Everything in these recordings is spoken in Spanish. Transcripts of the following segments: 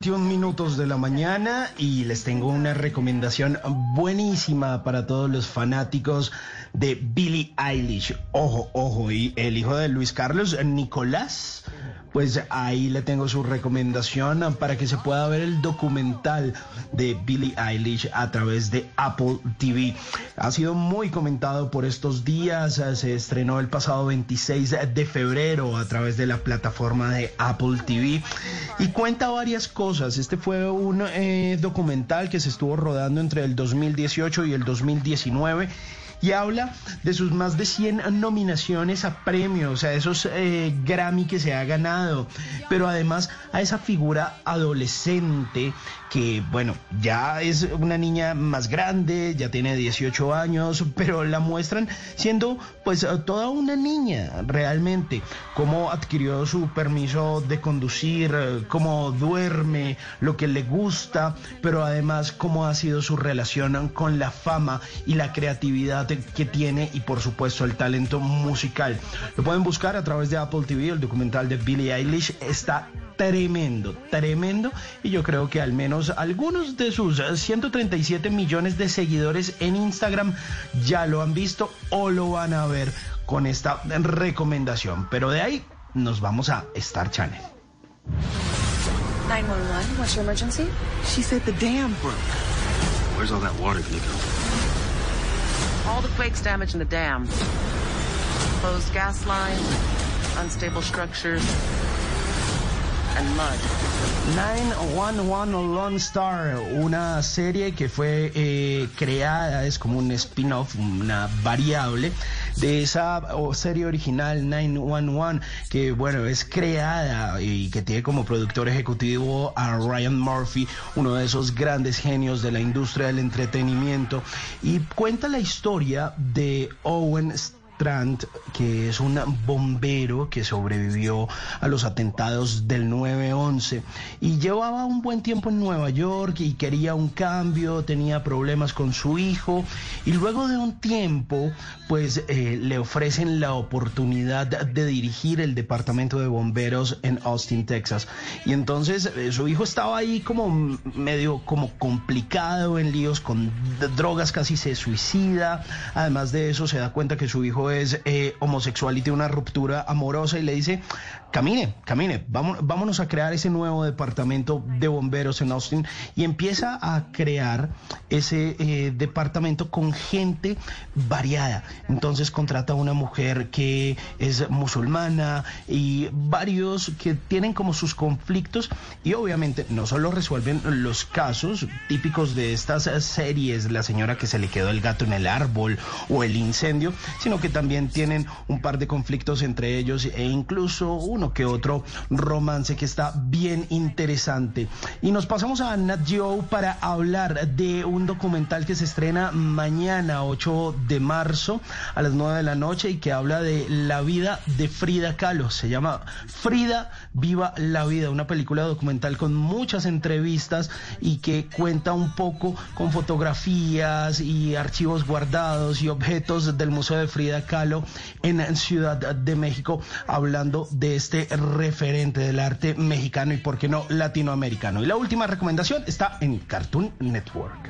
8:21 de la mañana y les tengo una recomendación buenísima para todos los fanáticos de Billie Eilish. Ojo, ojo, y el hijo de Luis Carlos, Nicolás, pues ahí le tengo su recomendación para que se pueda ver el documental de Billie Eilish a través de Apple TV. Ha sido muy comentado por estos días, se estrenó el pasado 26 de febrero a través de la plataforma de Apple TV y cuenta varias cosas. Este fue un documental que se estuvo rodando entre el 2018 y el 2019 y habla de sus más de 100 nominaciones a premios, a esos Grammy que se ha ganado, pero además a esa figura adolescente que, bueno, ya es una niña más grande, ya tiene 18 años, pero la muestran siendo pues toda una niña realmente, cómo adquirió su permiso de conducir, cómo duerme, lo que le gusta, pero además cómo ha sido su relación con la fama y la creatividad que tiene y por supuesto el talento musical. Lo pueden buscar a través de Apple TV, el documental de Billie Eilish está tremendo, tremendo, y yo creo que al menos algunos de sus 137 millones de seguidores en Instagram ya lo han visto o lo van a ver con esta recomendación. Pero de ahí nos vamos a Star Channel. 911, what's your emergency? She said the dam broke. Where's all that water gonna go? All the quakes damaging the dam. Closed gas lines, unstable structures, and mud. 911 Lone Star, una serie que fue creada, es como un spin-off, una variable de esa serie original 911, que bueno, es creada y que tiene como productor ejecutivo a Ryan Murphy, uno de esos grandes genios de la industria del entretenimiento, y cuenta la historia de Owen Strand, que es un bombero que sobrevivió a los atentados del 9/11 y llevaba un buen tiempo en Nueva York y quería un cambio, tenía problemas con su hijo y luego de un tiempo pues le ofrecen la oportunidad de dirigir el departamento de bomberos en Austin, Texas, y entonces su hijo estaba ahí como medio como complicado, en líos con drogas, casi se suicida. Además de eso se da cuenta que su hijo es homosexual y tiene una ruptura amorosa y le dice: camine, vámonos a crear ese nuevo departamento de bomberos en Austin, y empieza a crear ese departamento con gente variada. Entonces contrata a una mujer que es musulmana y varios que tienen como sus conflictos, y obviamente no solo resuelven los casos típicos de estas series, la señora que se le quedó el gato en el árbol o el incendio, sino que también tienen un par de conflictos entre ellos e incluso uno que otro romance que está bien interesante. Y nos pasamos a Nat Geo para hablar de un documental que se estrena mañana 8 de marzo a las 9 de la noche y que habla de la vida de Frida Kahlo. Se llama Frida, viva la vida, una película documental con muchas entrevistas y que cuenta un poco con fotografías y archivos guardados y objetos del Museo de Frida Kahlo en Ciudad de México, hablando de este referente del arte mexicano y por qué no latinoamericano. Y la última recomendación está en Cartoon Network.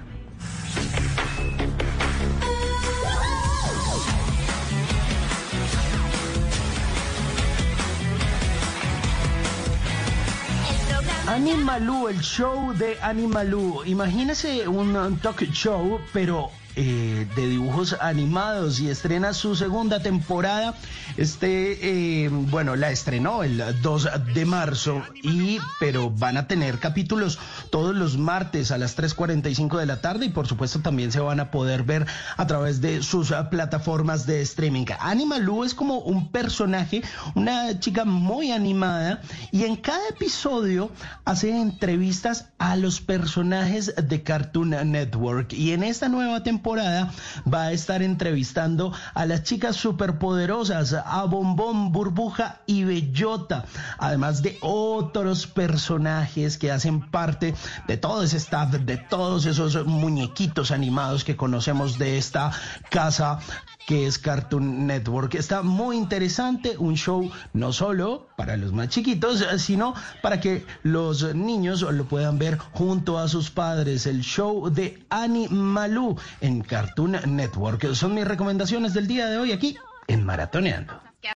Animalú, el show de Animalú. Imagínese un talk show, pero de dibujos animados, y estrena su segunda temporada. Bueno, la estrenó el 2 de marzo, pero van a tener capítulos todos los martes a las 3:45 de la tarde y por supuesto también se van a poder ver a través de sus plataformas de streaming. Animalú es como un personaje, una chica muy animada, y en cada episodio hace entrevistas a los personajes de Cartoon Network, y en esta nueva temporada temporada va a estar entrevistando a las chicas superpoderosas, a Bombón, Burbuja y Bellota, además de otros personajes que hacen parte de todo ese staff, de todos esos muñequitos animados que conocemos de esta casa que es Cartoon Network. Está muy interesante, un show no solo para los más chiquitos, sino para que los niños lo puedan ver junto a sus padres. El show de Annie Malú en Cartoon Network. Son mis recomendaciones del día de hoy aquí en Maratoneando.